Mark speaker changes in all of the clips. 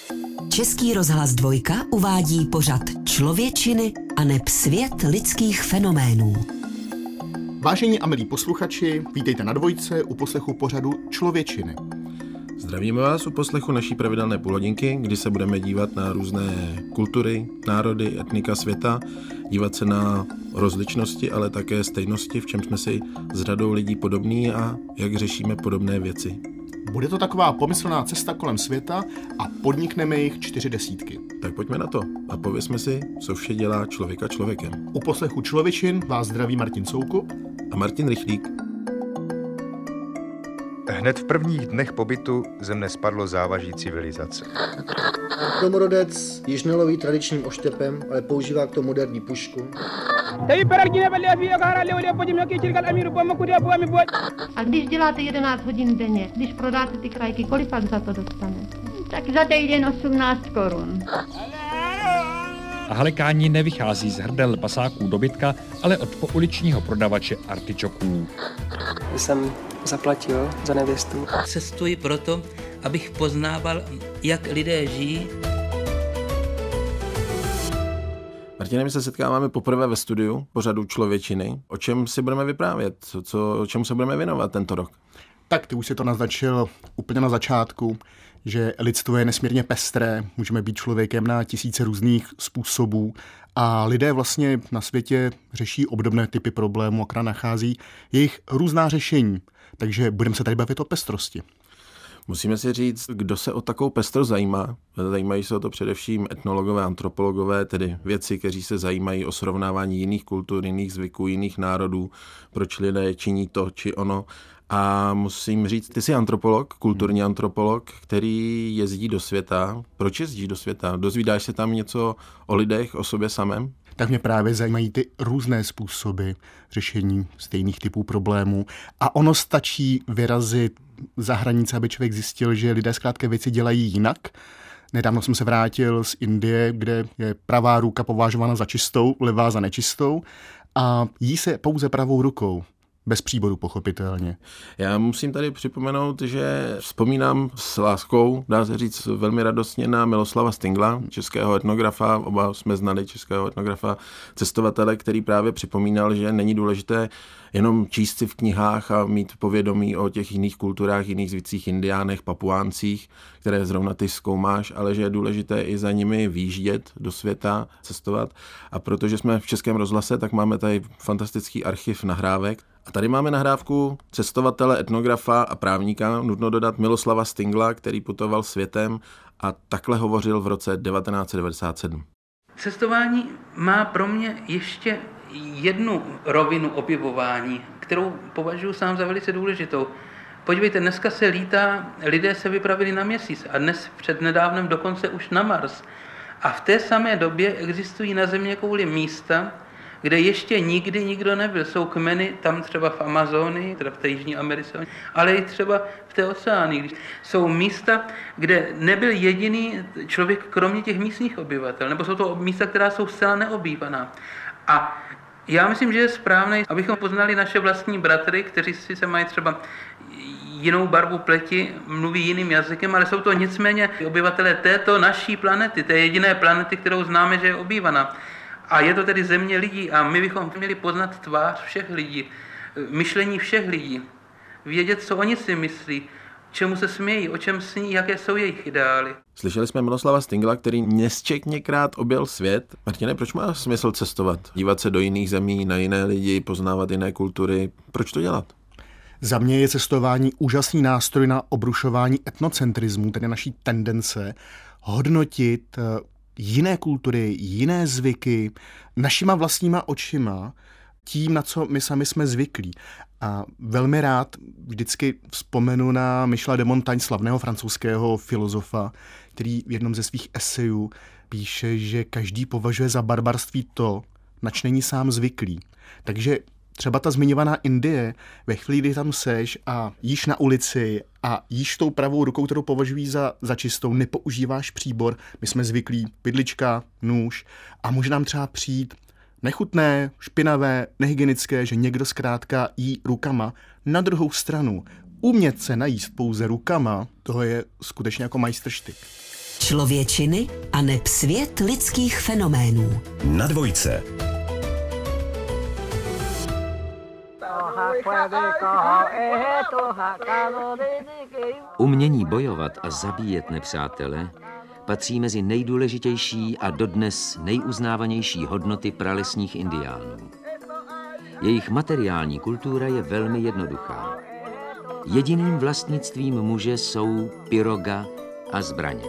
Speaker 1: Český rozhlas Dvojka uvádí pořad Člověčiny aneb svět lidských fenoménů.
Speaker 2: Vážení a milí posluchači, vítejte na Dvojce u poslechu pořadu Člověčiny.
Speaker 3: Zdravíme vás u poslechu naší pravidelné půlhodinky, kdy se budeme dívat na různé kultury, národy, etnika světa, dívat se na rozličnosti, ale také stejnosti, v čem jsme si s řadou lidí podobní a jak řešíme podobné věci.
Speaker 2: Bude to taková pomyslná cesta kolem světa a podnikneme jich 40.
Speaker 3: Tak pojďme na to a pověsme si, co vše dělá člověka člověkem.
Speaker 2: U poslechu Člověčin vás zdraví Martin Soukup
Speaker 3: a Martin Rychlík.
Speaker 4: Hned v prvních dnech pobytu Země spadlo závaží civilizace.
Speaker 5: Domorodec již neloví tradičním oštěpem, ale používá k tomu moderní pušku.
Speaker 6: A když děláte 11 hodin denně, když prodáte ty krajky, kolik pak za to dostane? Tak za týden 18 korun.
Speaker 7: A halekání nevychází z hrdel pasáků dobytka, ale od pouličního prodavače artičoků.
Speaker 8: Jsem zaplatil za nevěstu.
Speaker 9: Cestuji proto, abych poznával, jak lidé žijí.
Speaker 3: Martine, my se setkáváme poprvé ve studiu pořadu Člověčiny. O čem si budeme vyprávět? O čemu se budeme věnovat tento rok?
Speaker 2: Tak ty už si to naznačil úplně na začátku, že lidstvo je nesmírně pestré, můžeme být člověkem na tisíce různých způsobů a lidé vlastně na světě řeší obdobné typy problémů, a nachází jejich různá řešení. Takže budeme se tady bavit o pestrosti.
Speaker 3: Musíme si říct, kdo se o takovou pestrost zajímá. Zajímají se o to především etnologové, antropologové, tedy vědci, kteří se zajímají o srovnávání jiných kultur, jiných zvyků, jiných národů, proč lidé činí to či ono. A musím říct, ty jsi antropolog, kulturní antropolog, který jezdí do světa. Proč jezdíš do světa? Dozvídáš se tam něco o lidech, o sobě samém?
Speaker 2: Tak mě právě zajímají ty různé způsoby řešení stejných typů problémů. A ono stačí vyrazit za hranice, aby člověk zjistil, že lidé zkrátka věci dělají jinak. Nedávno jsem se vrátil z Indie, kde je pravá ruka považována za čistou, levá za nečistou a jí se pouze pravou rukou. Bez příboru, pochopitelně.
Speaker 3: Já musím tady připomenout, že vzpomínám s láskou, dá se říct velmi radostně, na Miloslava Stingla, českého etnografa, oba jsme znali českého etnografa, cestovatele, který právě připomínal, že není důležité jenom číst si v knihách a mít povědomí o těch jiných kulturách, jiných zvících, indiánech, papuáncích, které zrovna ty zkoumáš, ale že je důležité i za nimi výjíždět do světa, cestovat. A protože jsme v Českém rozhlase, tak máme tady fantastický archiv nahrávek. A tady máme nahrávku cestovatele, etnografa a právníka, nutno dodat Miloslava Stingla, který putoval světem a takhle hovořil v roce 1997.
Speaker 9: Cestování má pro mě ještě jednu rovinu objevování, kterou považuji sám za velice důležitou. Podívejte, dneska se lítá, lidé se vypravili na Měsíc a dnes přednedávnem dokonce už na Mars. A v té samé době existují na Zeměkouli místa, kde ještě nikdy nikdo nebyl. Jsou kmeny tam třeba v Amazonii, teda v té Jižní Americe, ale i třeba v té oceánii. Jsou místa, kde nebyl jediný člověk, kromě těch místních obyvatel, nebo jsou to místa, která jsou zcela neobývaná. A já myslím, že je správné, abychom poznali naše vlastní bratry, kteří si se mají třeba jinou barvu pleti, mluví jiným jazykem, ale jsou to nicméně obyvatelé této naší planety, té jediné planety, kterou známe, že je obývaná. A je to tedy země lidí a my bychom měli poznat tvář všech lidí, myšlení všech lidí, vědět, co oni si myslí, čemu se smějí, o čem sní, jaké jsou jejich ideály.
Speaker 3: Slyšeli jsme Miloslava Stingla, který nesčetněkrát objel svět. Martine, proč má smysl cestovat? Dívat se do jiných zemí, na jiné lidi, poznávat jiné kultury. Proč to dělat?
Speaker 2: Za mě je cestování úžasný nástroj na obrušování etnocentrismu, tedy naší tendence hodnotit jiné kultury, jiné zvyky, našima vlastníma očima, tím, na co my sami jsme zvyklí. A velmi rád vždycky vzpomenu na Michela de Montaigne, slavného francouzského filozofa, který v jednom ze svých esejů píše, že každý považuje za barbarství to, nač není sám zvyklý. Takže třeba ta zmiňovaná Indie, ve chvíli, kdy tam seš a jíš na ulici a jíš tou pravou rukou, kterou považují za čistou, nepoužíváš příbor, my jsme zvyklí vidlička, nůž a může nám třeba přijít nechutné, špinavé, nehygienické, že někdo zkrátka jí rukama. Na druhou stranu, umět se najíst pouze rukama, toho je skutečně jako majstrštyk.
Speaker 1: Člověčiny a neb svět lidských fenoménů.
Speaker 10: Na dvojce.
Speaker 11: Umění bojovat a zabíjet nepřátele patří mezi nejdůležitější a dodnes nejuznávanější hodnoty pralesních indiánů. Jejich materiální kultura je velmi jednoduchá. Jediným vlastnictvím muže jsou piroga a zbraně.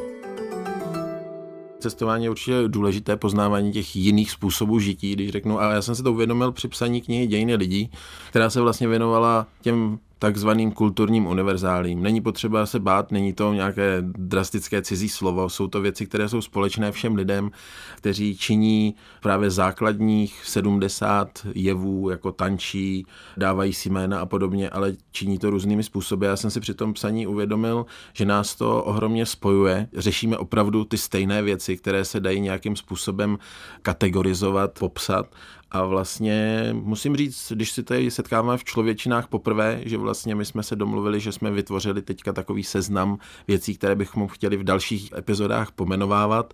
Speaker 3: Cestování je určitě důležité poznávání těch jiných způsobů žití, když řeknu, a já jsem si to uvědomil při psaní knihy Dějiny lidí, která se vlastně věnovala těm takzvaným kulturním univerzálím. Není potřeba se bát, není to nějaké drastické cizí slovo, jsou to věci, které jsou společné všem lidem, kteří činí právě základních 70 jevů, jako tančí, dávají si jména a podobně, ale činí to různými způsoby. Já jsem si při tom psaní uvědomil, že nás to ohromně spojuje. Řešíme opravdu ty stejné věci, které se dají nějakým způsobem kategorizovat, popsat. A vlastně musím říct, když si tady setkáváme v Člověčinách poprvé, že vlastně my jsme se domluvili, že jsme vytvořili teďka takový seznam věcí, které bychom chtěli v dalších epizodách pomenovávat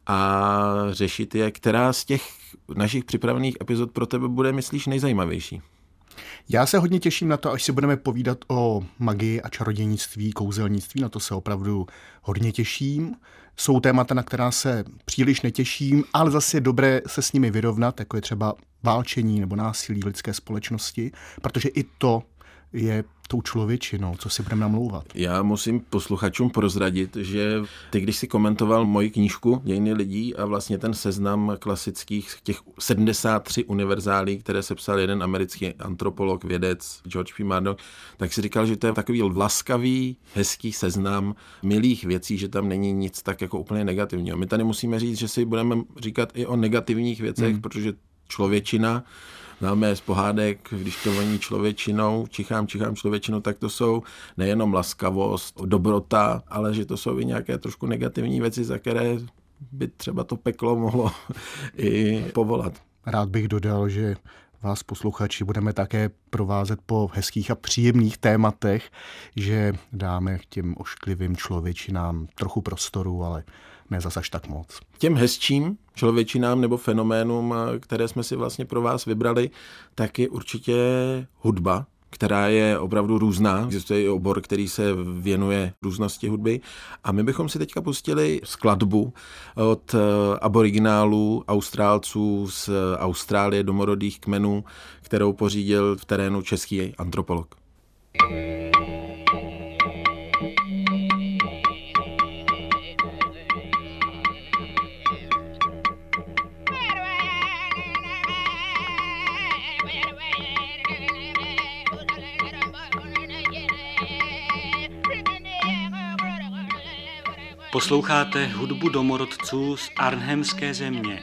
Speaker 3: a řešit je, která z těch našich připravených epizod pro tebe bude, myslíš, nejzajímavější?
Speaker 2: Já se hodně těším na to, až si budeme povídat o magii a čarodějnictví, kouzelnictví, na to se opravdu hodně těším. Jsou témata, na která se příliš netěším, ale zase je dobré se s nimi vyrovnat, jako je třeba válčení nebo násilí v lidské společnosti, protože i to je tou člověčinou, co si budeme namlouvat.
Speaker 3: Já musím posluchačům prozradit, že ty, když si komentoval moji knížku Dějiny lidí a vlastně ten seznam klasických těch 73 univerzálí, které sepsal jeden americký antropolog, vědec George P. Murdoch, tak si říkal, že to je takový laskavý, hezký seznam milých věcí, že tam není nic tak jako úplně negativního. My tady musíme říct, že si budeme říkat i o negativních věcech, protože člověčina, známe z pohádek, když to voní člověčinou, čichám člověčinou, tak to jsou nejenom laskavost, dobrota, ale že to jsou i nějaké trošku negativní věci, za které by třeba to peklo mohlo i povolat.
Speaker 2: Rád bych dodal, že vás posluchači budeme také provázet po hezkých a příjemných tématech, že dáme těm ošklivým člověčinám trochu prostoru, ale ne zas až tak moc.
Speaker 3: Těm hezčím člověčinám nebo fenoménům, které jsme si vlastně pro vás vybrali, tak je určitě hudba, která je opravdu různá. Existuje i obor, který se věnuje různosti hudby. A my bychom si teďka pustili skladbu od aboriginálů, Austrálců z Austrálie, domorodých kmenů, kterou pořídil v terénu český antropolog.
Speaker 12: Posloucháte hudbu domorodců z Arnhemské země.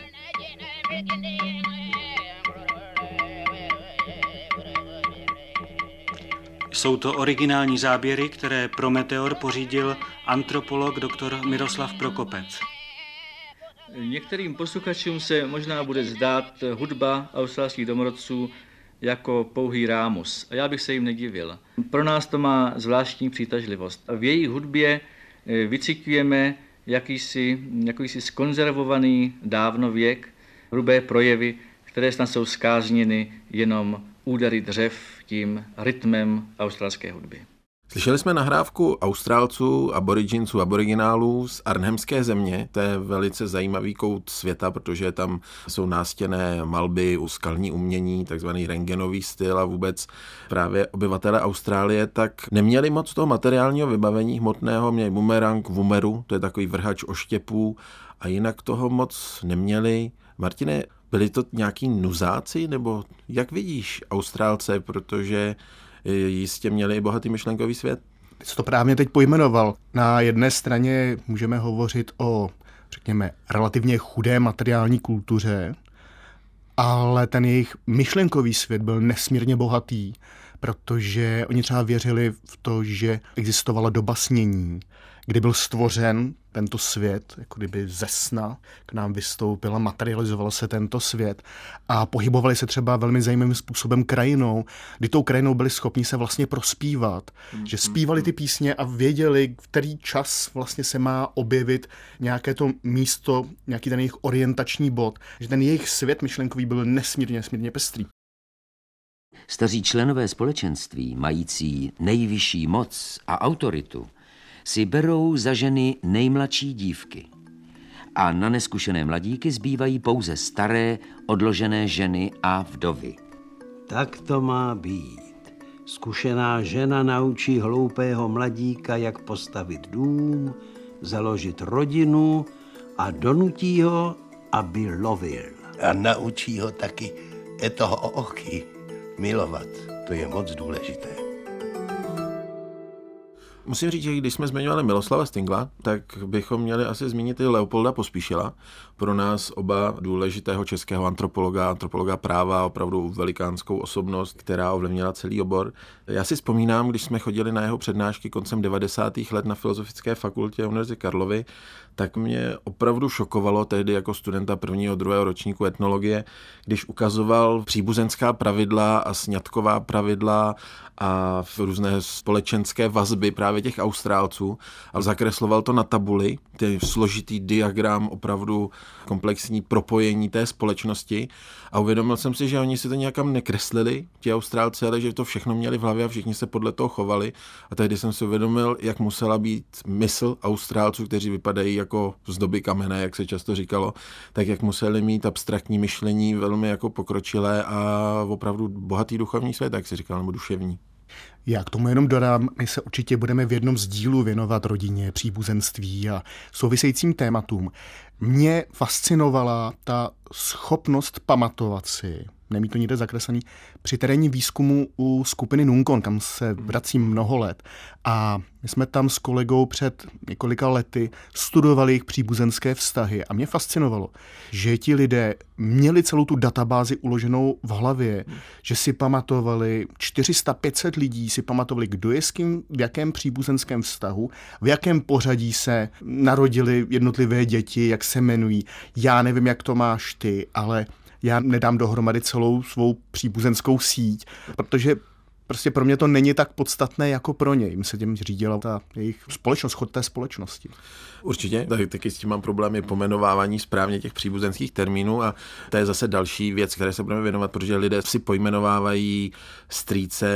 Speaker 12: Jsou to originální záběry, které pro Meteor pořídil antropolog dr. Miroslav Prokopec.
Speaker 13: Některým posluchačům se možná bude zdát hudba australských domorodců jako pouhý rámus. A já bych se jim nedivil. Pro nás to má zvláštní přitažlivost. V jejich hudbě vycitujeme jakýsi skonzervovaný dávnověk, hrubé projevy, které snad jsou zkázněny jenom údery dřev tím rytmem australské hudby.
Speaker 3: Slyšeli jsme nahrávku Austrálců, aboriginců, aboriginálů z Arnhemské země. To je velice zajímavý kout světa, protože tam jsou nástěnné malby, skalní umění, takzvaný rentgenový styl a vůbec právě obyvatele Austrálie tak neměli moc toho materiálního vybavení hmotného, měli bumerang, vumeru, to je takový vrhač oštěpů a jinak toho moc neměli. Martine, byli to nějaký nuzáci, nebo jak vidíš Austrálce, protože jistě měli i bohatý myšlenkový svět?
Speaker 2: Ty jsi to právě teď pojmenoval. Na jedné straně můžeme hovořit o, řekněme, relativně chudé materiální kultuře, ale ten jejich myšlenkový svět byl nesmírně bohatý, protože oni třeba věřili v to, že existovala doba snění, kdy byl stvořen tento svět, jako kdyby ze sna k nám vystoupil a materializoval se tento svět a pohybovali se třeba velmi zajímavým způsobem krajinou, kdy tou krajinou byli schopni se vlastně prospívat, že zpívali ty písně a věděli, v který čas vlastně se má objevit nějaké to místo, nějaký ten jejich orientační bod, že ten jejich svět myšlenkový byl nesmírně pestrý.
Speaker 11: Staří členové společenství, mající nejvyšší moc a autoritu, si berou za ženy nejmladší dívky. A na neskušené mladíky zbývají pouze staré, odložené ženy a vdovy.
Speaker 10: Tak to má být. Zkušená žena naučí hloupého mladíka, jak postavit dům, založit rodinu a donutí ho, aby lovil.
Speaker 14: A naučí ho taky toho oky milovat. To je moc důležité.
Speaker 3: Musím říct, že když jsme zmiňovali Miloslava Stingla, tak bychom měli asi zmínit i Leopolda Pospíšila. Pro nás oba důležitého českého antropologa práva, opravdu velikánskou osobnost, která ovlivnila celý obor. Já si vzpomínám, když jsme chodili na jeho přednášky koncem 90. let na Filozofické fakultě Univerzity Karlovy, tak mě opravdu šokovalo tehdy jako studenta 1. a 2. ročníku etnologie, když ukazoval příbuzenská pravidla a sňatková pravidla a různé společenské vazby právě těch Austrálců a zakresloval to na tabuli, ten složitý diagram, opravdu komplexní propojení té společnosti a uvědomil jsem si, že oni si to nějakam nekreslili, ti Austrálci, ale že to všechno měli v hlavě a všichni se podle toho chovali a tehdy jsem si uvědomil, jak musela být mysl Austrálců, kteří vypadají jako z doby kamene, jak se často říkalo, tak jak museli mít abstraktní myšlení velmi jako pokročilé a opravdu bohatý duchovní svět, jak se říkal, nebo duševní.
Speaker 2: Já k tomu jenom dodám, my se určitě budeme v jednom z dílů věnovat rodině, příbuzenství a souvisejícím tématům. Mě fascinovala ta schopnost pamatovat si, nemí to nikde zakreslený, při terénním výzkumu u skupiny Nunkon, kam se vracím mnoho let. A my jsme tam s kolegou před několika lety studovali jejich příbuzenské vztahy a mě fascinovalo, že ti lidé měli celou tu databázi uloženou v hlavě, že si pamatovali 400-500 lidí, si pamatovali, kdo je s kým, v jakém příbuzenském vztahu, v jakém pořadí se narodili jednotlivé děti, jak se jmenují. Já nevím, jak to máš ty, ale já nedám dohromady celou svou příbuzenskou síť, protože prostě pro mě to není tak podstatné jako pro ně. Jim se tím řídila ta jejich společnost, chod té společnosti.
Speaker 3: Určitě, taky s tím mám problémy pomenovávání správně těch příbuzenských termínů a to je zase další věc, které se budeme věnovat, protože lidé si pojmenovávají strýce,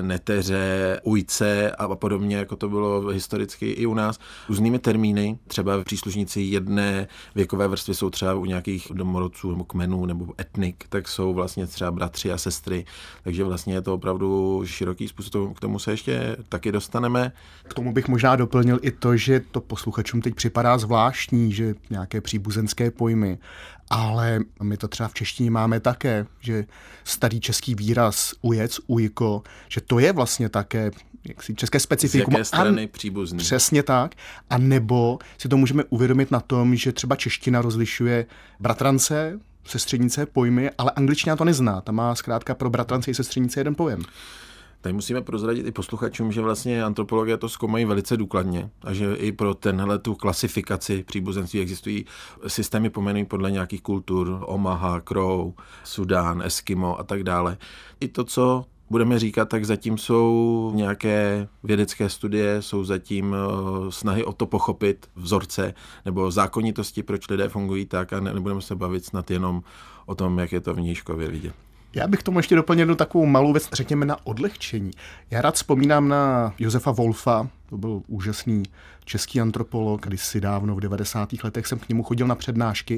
Speaker 3: neteře, ujce a podobně, jako to bylo historicky i u nás, různými termíny. Třeba příslušníci jedné věkové vrstvy jsou třeba u nějakých domorodců nebo kmenů nebo etnik, tak jsou vlastně třeba bratři a sestry, takže vlastně je to opravdu široký způsob, k tomu se ještě taky dostaneme.
Speaker 2: K tomu bych možná doplnil i to, že to posluchačům teď připadá zvláštní, že nějaké příbuzenské pojmy, ale my to třeba v češtině máme také, že starý český výraz ujec, ujko, že to je vlastně také jaksi české specifikum.
Speaker 3: Z jaké strany příbuzný.
Speaker 2: Přesně tak. A nebo si to můžeme uvědomit na tom, že třeba čeština rozlišuje bratrance, sestřenice, pojmy, ale angličtina to nezná. Ta má zkrátka pro bratrance i sestřenice jeden pojem.
Speaker 3: Tady musíme prozradit i posluchačům, že vlastně antropologie to zkoumají velice důkladně a že i pro tenhle tu klasifikaci příbuzenství existují systémy pomenují podle nějakých kultur, Omaha, Crow, Sudán, Eskimo a tak dále. I to, co budeme říkat, tak zatím jsou nějaké vědecké studie, jsou zatím snahy o to pochopit vzorce nebo zákonitosti, proč lidé fungují tak a nebudeme se bavit snad jenom o tom, jak je to vnějškově vidět.
Speaker 2: Já bych tomu ještě doplnil jednu takovou malou věc, řekněme na odlehčení. Já rád vzpomínám na Josefa Wolfa, to byl úžasný český antropolog, kdysi dávno v 90. letech jsem k němu chodil na přednášky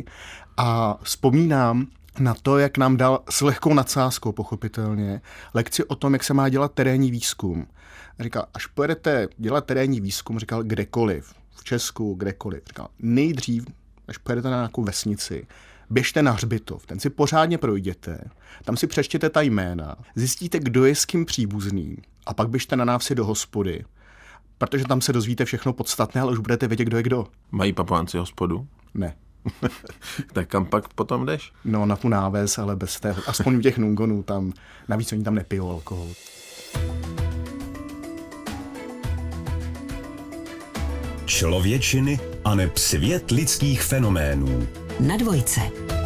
Speaker 2: a vzpomínám na to, jak nám dal s lehkou nadsázkou, pochopitelně, lekci o tom, jak se má dělat terénní výzkum. Říkal, až pojedete dělat terénní výzkum, říkal kdekoliv, v Česku, kdekoliv. Říkal, nejdřív, až pojedete na nějakou vesnici, běžte na hřbitov, ten si pořádně projděte, tam si přečtěte ta jména, zjistíte, kdo je s kým příbuzný a pak běžte na návsi do hospody, protože tam se dozvíte všechno podstatné, ale už budete vědět, kdo je kdo.
Speaker 3: Mají Papuánci hospodu?
Speaker 2: Ne.
Speaker 3: Tak kam pak potom jdeš?
Speaker 2: No na tu náves, ale bez té, aspoň u těch Nungonů, tam, navíc oni tam nepijou alkohol.
Speaker 15: Člověčiny aneb svět lidských fenoménů.
Speaker 1: Na dvojce.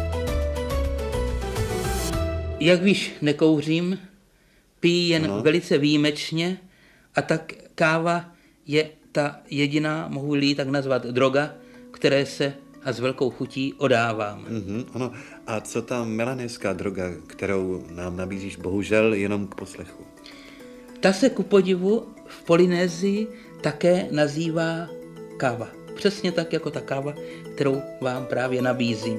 Speaker 9: Jak víš, nekouřím, piji jen velice výjimečně a tak káva je ta jediná, mohu-li tak nazvat, droga, které se a s velkou chutí odávám.
Speaker 16: Ano. A co ta melanéská droga, kterou nám nabízíš bohužel jenom k poslechu?
Speaker 9: Ta se ku podivu v Polynésii také nazývá káva. Přesně tak jako ta káva, kterou vám právě nabízím.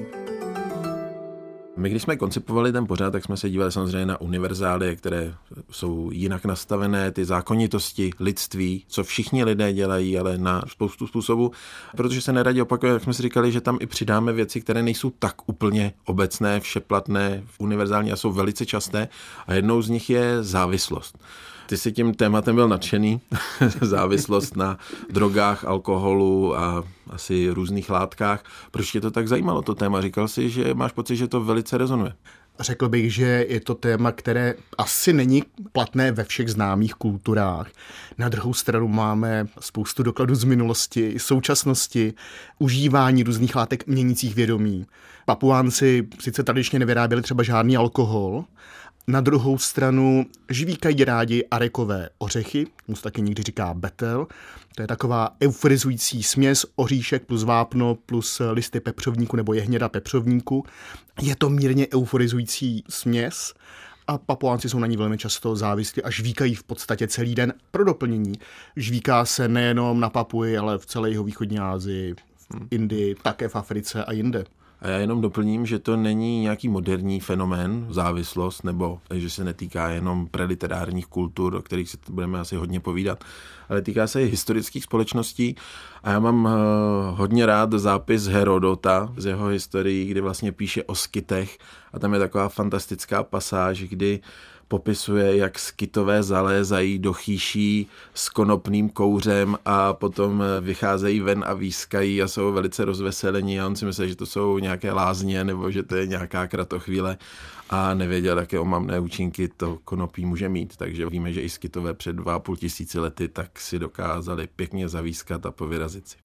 Speaker 3: My, když jsme koncipovali ten pořad, tak jsme se dívali samozřejmě na univerzály, které jsou jinak nastavené, ty zákonitosti lidství, co všichni lidé dělají, ale na spoustu způsobů, protože se neradi opakuje, jak jsme si říkali, že tam i přidáme věci, které nejsou tak úplně obecné, všeplatné, univerzální a jsou velice časté a jednou z nich je závislost. Ty jsi tím tématem byl nadšený, závislost na drogách, alkoholu a asi různých látkách. Proč tě to tak zajímalo, to téma? Říkal jsi, že máš pocit, že to velice rezonuje.
Speaker 2: Řekl bych, že je to téma, které asi není platné ve všech známých kulturách. Na druhou stranu máme spoustu dokladů z minulosti, současnosti, užívání různých látek měnících vědomí. Papuánci sice tradičně nevyráběli třeba žádný alkohol, na druhou stranu žvíkají rádi arekové ořechy, mu se taky někdy říká betel. To je taková euforizující směs oříšek plus vápno plus listy pepřovníku nebo jehněda pepřovníku. Je to mírně euforizující směs a Papuánci jsou na ní velmi často závislí a žvíkají v podstatě celý den. Pro doplnění žvíká se nejenom na Papuji, ale v celé jihovýchodní Asii, v Indii, také v Africe a jinde.
Speaker 3: A já jenom doplním, že to není nějaký moderní fenomén, závislost, nebo že se netýká jenom preliterárních kultur, o kterých si budeme asi hodně povídat, ale týká se i historických společností. A já mám hodně rád zápis Herodota z jeho historií, kdy vlastně píše o Skytech a tam je taková fantastická pasáž, kdy popisuje, jak Skytové zalézají do chýší s konopným kouřem a potom vycházejí ven a výskají a jsou velice rozveselení a on si myslí, že to jsou nějaké lázně nebo že to je nějaká kratochvíle a nevěděl, jaké omamné účinky to konopí může mít. Takže víme, že i Skytové před 2,5 tisíci lety tak si dokázali pěkně zavískat a povyrazit si.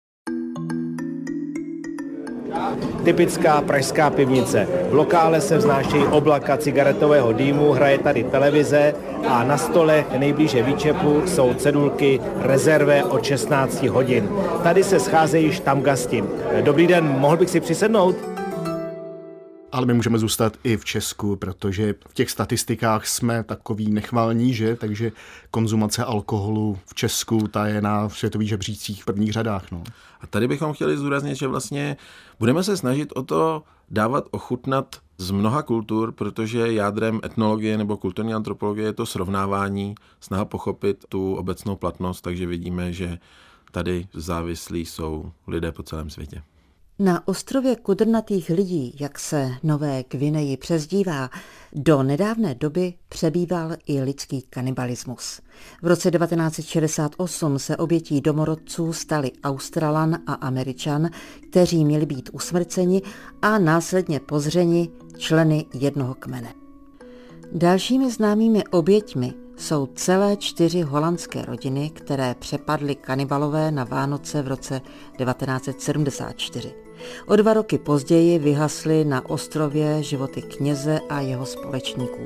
Speaker 17: Typická pražská pivnice. V lokále se vznášejí oblaka cigaretového dýmu, hraje tady televize a na stolech nejblíže výčepu jsou cedulky rezervé od 16 hodin. Tady se scházejí štamgasti. Dobrý den, mohl bych si přisednout?
Speaker 2: Ale my můžeme zůstat i v Česku, protože v těch statistikách jsme takový nechvalní, že? Takže konzumace alkoholu v Česku, ta je na světových žebříčcích v prvních řadách. No.
Speaker 3: A tady bychom chtěli zdůraznit, že vlastně budeme se snažit o to dávat ochutnat z mnoha kultur, protože jádrem etnologie nebo kulturní antropologie je to srovnávání, snaha pochopit tu obecnou platnost, takže vidíme, že tady závislí jsou lidé po celém světě.
Speaker 18: Na ostrově kudrnatých lidí, jak se Nové Gvineji přezdívá, do nedávné doby přebýval i lidský kanibalismus. V roce 1968 se obětí domorodců stali Australan a Američan, kteří měli být usmrceni a následně pozřeni členy jednoho kmene. Dalšími známými oběťmi jsou celé 4 holandské rodiny, které přepadly kanibalové na Vánoce v roce 1974. O 2 roky později vyhasly na ostrově životy kněze a jeho společníků.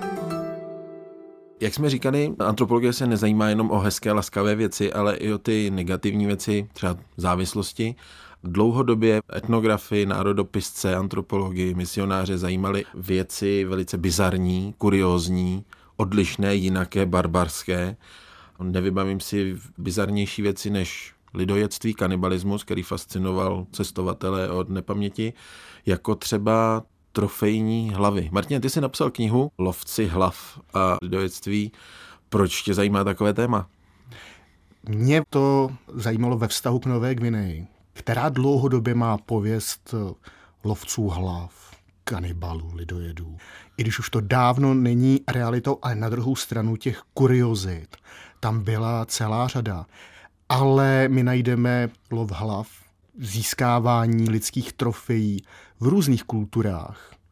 Speaker 3: Jak jsme říkali, antropologie se nezajímá jenom o hezké, laskavé věci, ale i o ty negativní věci, třeba závislosti. Dlouhodobě etnografy, národopisce, antropologii, misionáře zajímaly věci velice bizarní, kuriózní, odlišné, jinaké, barbarské. Nevybavím si bizarnější věci než lidojectví, kanibalismus, který fascinoval cestovatele od nepaměti, jako třeba trofejní hlavy. Martin, ty jsi napsal knihu Lovci hlav a lidojectví. Proč tě zajímá takové téma?
Speaker 2: Mě to zajímalo ve vztahu k Nové Gvineji, která dlouhodobě má pověst lovců hlav, kanibalů, lidojedů. I když už to dávno není realitou, ale na druhou stranu těch kuriozit tam byla celá řada. Ale my najdeme lov hlav, získávání lidských trofejí v různých kulturách.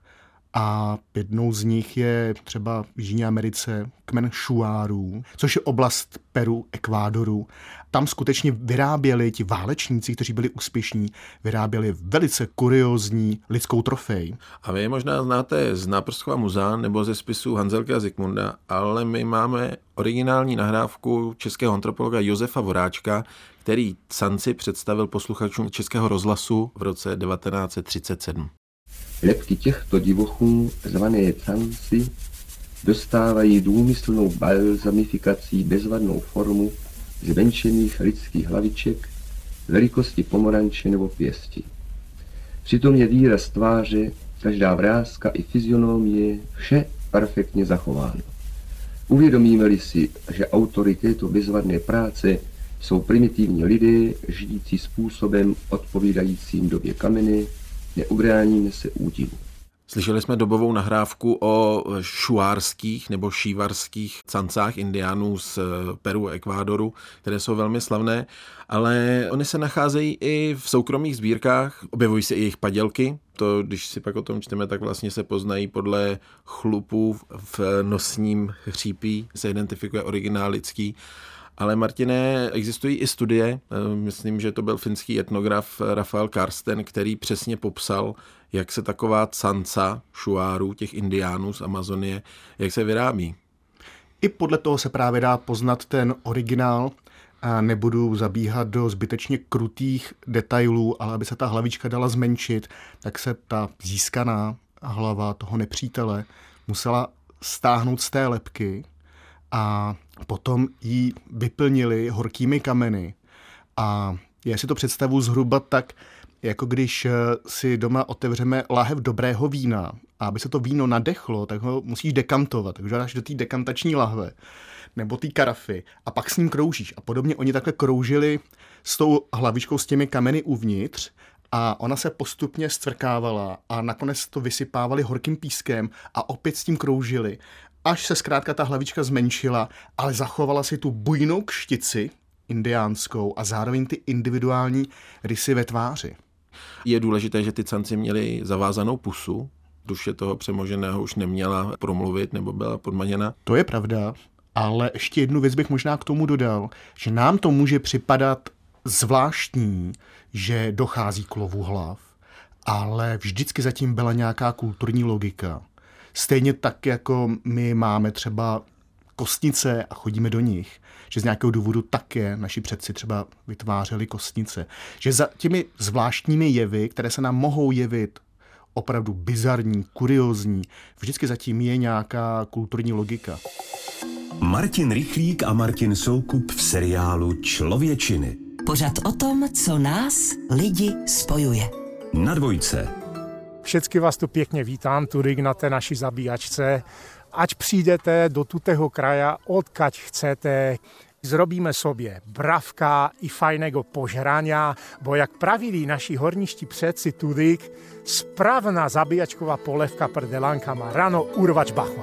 Speaker 2: A jednou z nich je třeba v Jižní Americe kmen Šuárů, což je oblast Peru, Ekvádoru. Tam skutečně vyráběli ti válečníci, kteří byli úspěšní, vyráběli velice kuriózní lidskou trofej.
Speaker 3: A vy je možná znáte z Náprskova muzea nebo ze spisů Hanzelky a Zikmunda, ale my máme originální nahrávku českého antropologa Josefa Voráčka, který canci představil posluchačům Českého rozhlasu v roce 1937.
Speaker 19: Lebky těchto divochů, zvané canci, dostávají důmyslnou balzamifikací bezvadnou formu zvenčených lidských hlaviček velikosti pomoranče nebo pěsti. Přitom je výraz tváře, každá vráska i fyzionomie, vše perfektně zachováno. Uvědomíme-li si, že autory této bezvadné práce jsou primitivní lidé, žijící způsobem odpovídajícím době kamenné, neubráníme se údivu.
Speaker 3: Slyšeli jsme dobovou nahrávku o šuárských nebo šívarských cancách indiánů z Peru a Ekvádoru, které jsou velmi slavné, ale oni se nacházejí i v soukromých sbírkách, objevují se i jejich padělky. To, když si pak o tom čteme, tak vlastně se poznají podle chlupů v nosním chřípí, se identifikuje originál lidský. Ale Martine, existují i studie, myslím, že to byl finský etnograf Rafael Karsten, který přesně popsal, jak se taková canca šuárů, těch indiánů z Amazonie, jak se vyrábí.
Speaker 2: I podle toho se právě dá poznat ten originál a nebudu zabíhat do zbytečně krutých detailů, ale aby se ta hlavička dala zmenšit, tak se ta získaná hlava toho nepřítele musela stáhnout z té lebky a potom ji vyplnili horkými kameny. A já si to představuji zhruba tak, jako když si doma otevřeme láhev dobrého vína a aby se to víno nadechlo, tak ho musíš dekantovat. Takže dáš do té dekantační lahve nebo té karafy a pak s ním kroužíš. A podobně oni takhle kroužili s tou hlavičkou s těmi kameny uvnitř a ona se postupně stvrkávala a nakonec to vysypávali horkým pískem a opět s tím kroužili, až se zkrátka ta hlavička zmenšila, ale zachovala si tu bujnou kštici indiánskou a zároveň ty individuální rysy ve tváři.
Speaker 3: Je důležité, že ty canci měli zavázanou pusu, duše toho přemoženého už neměla promluvit nebo byla podmaněna.
Speaker 2: To je pravda, ale ještě jednu věc bych možná k tomu dodal, že nám to může připadat zvláštní, že dochází k lovu hlav, ale vždycky zatím byla nějaká kulturní logika. Stejně tak, jako my máme třeba kostnice a chodíme do nich, že z nějakého důvodu také naši předci třeba vytvářeli kostnice. Že za těmi zvláštními jevy, které se nám mohou jevit opravdu bizarní, kuriózní, vždycky zatím je nějaká kulturní logika.
Speaker 15: Martin Rychlík a Martin Soukup v seriálu Člověčiny.
Speaker 1: Pořad o tom, co nás, lidi, spojuje.
Speaker 15: Na Dvojce.
Speaker 20: Všecky vás tu pěkně vítám, tudy na té naší zabíjačce. Ať přijdete do tutého kraja, odkaď chcete, zrobíme sobie bravka i fajného požrania, bo jak pravili naši horniští předci tudy, správná zabíjačková polevka prdelanka má ráno urvač bachor.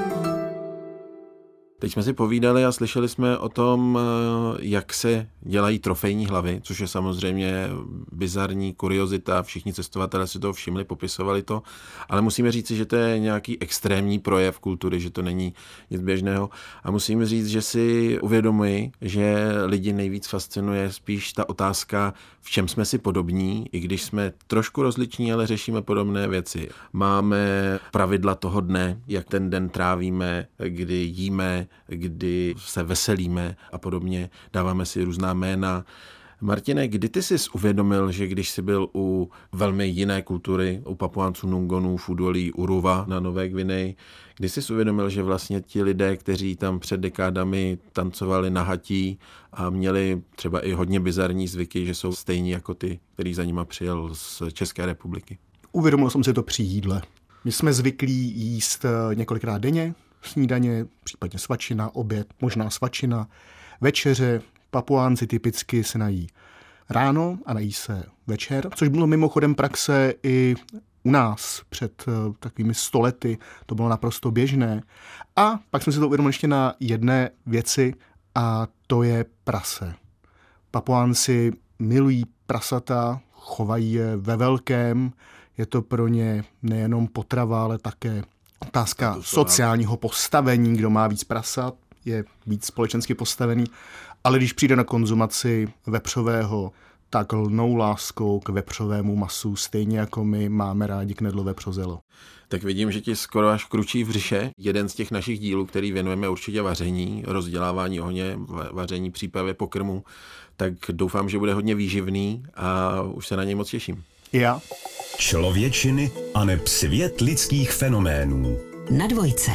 Speaker 3: Teď jsme si povídali a slyšeli jsme o tom, jak se dělají trofejní hlavy, což je samozřejmě bizarní kuriozita, všichni cestovatelé si toho všimli, popisovali to, ale musíme říct, že to je nějaký extrémní projev kultury, že to není nic běžného a musíme říct, že si uvědomuji, že lidi nejvíc fascinuje spíš ta otázka, v čem jsme si podobní, i když jsme trošku rozliční, ale řešíme podobné věci. Máme pravidla toho dne, jak ten den trávíme, kdy jíme, kdy se veselíme a podobně, dáváme si různá jména. Martine, kdy ty jsi uvědomil, že když jsi byl u velmi jiné kultury, u Papuánců, Nungonů, Fudolí, Uruva na Nové Gvineji, kdy jsi uvědomil, že vlastně ti lidé, kteří tam před dekádami tancovali nahatí a měli třeba i hodně bizarní zvyky, že jsou stejní jako ty, který za nima přijel z České republiky?
Speaker 2: Uvědomil jsem si to při jídle. My jsme zvyklí jíst několikrát denně, snídaně, případně svačina, oběd, možná svačina, večeře. Papuánci typicky se nají ráno a nají se večer, což bylo mimochodem praxe i u nás před takovými 100 lety. To bylo naprosto běžné. A pak jsme si to uvědomili ještě na jedné věci a to je prase. Papuánci milují prasata, chovají je ve velkém, Je to pro ně nejenom potrava, ale také otázka sociálního postavení, kdo má víc prasat, je víc společensky postavený. Ale když přijde na konzumaci vepřového, tak lnou láskou k vepřovému masu, stejně jako my máme rádi knedlo vepřozelo.
Speaker 3: Tak vidím, že ti skoro až kručí v břiše. Jeden z těch našich dílů, který věnujeme určitě vaření, rozdělávání ohně, vaření, přípravě pokrmu, tak doufám, že bude hodně výživný a už se na něj moc těším.
Speaker 2: Já.
Speaker 15: Člověčiny aneb svět lidských fenoménů.
Speaker 1: Na dvojce.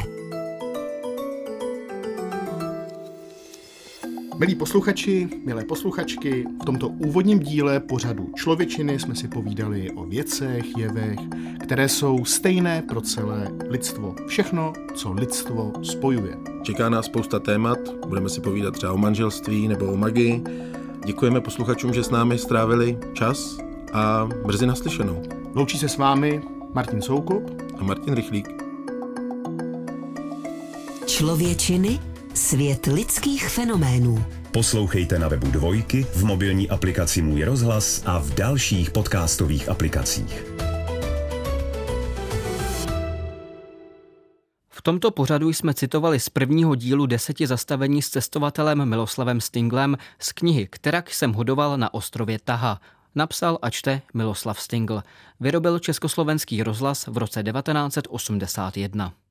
Speaker 2: Milí posluchači, milé posluchačky, v tomto úvodním díle pořadu Člověčiny jsme si povídali o věcech, jevech, které jsou stejné pro celé lidstvo. Všechno, co lidstvo spojuje.
Speaker 3: Čeká nás spousta témat, budeme si povídat třeba o manželství nebo o magii. Děkujeme posluchačům, že s námi strávili čas a brzy naslyšenou.
Speaker 2: Loučí se s vámi Martin Soukup
Speaker 3: a Martin Rychlík.
Speaker 1: Člověčiny, svět lidských fenoménů.
Speaker 15: Poslouchejte na webu Dvojky, v mobilní aplikaci Můj rozhlas a v dalších podcastových aplikacích.
Speaker 21: V tomto pořadu jsme citovali z prvního dílu 10 zastavení s cestovatelem Miloslavem Stinglem z knihy Kterak jsem hodoval na ostrově Taha. Napsal a čte Miloslav Stingl. Vyrobil Československý rozhlas v roce 1981.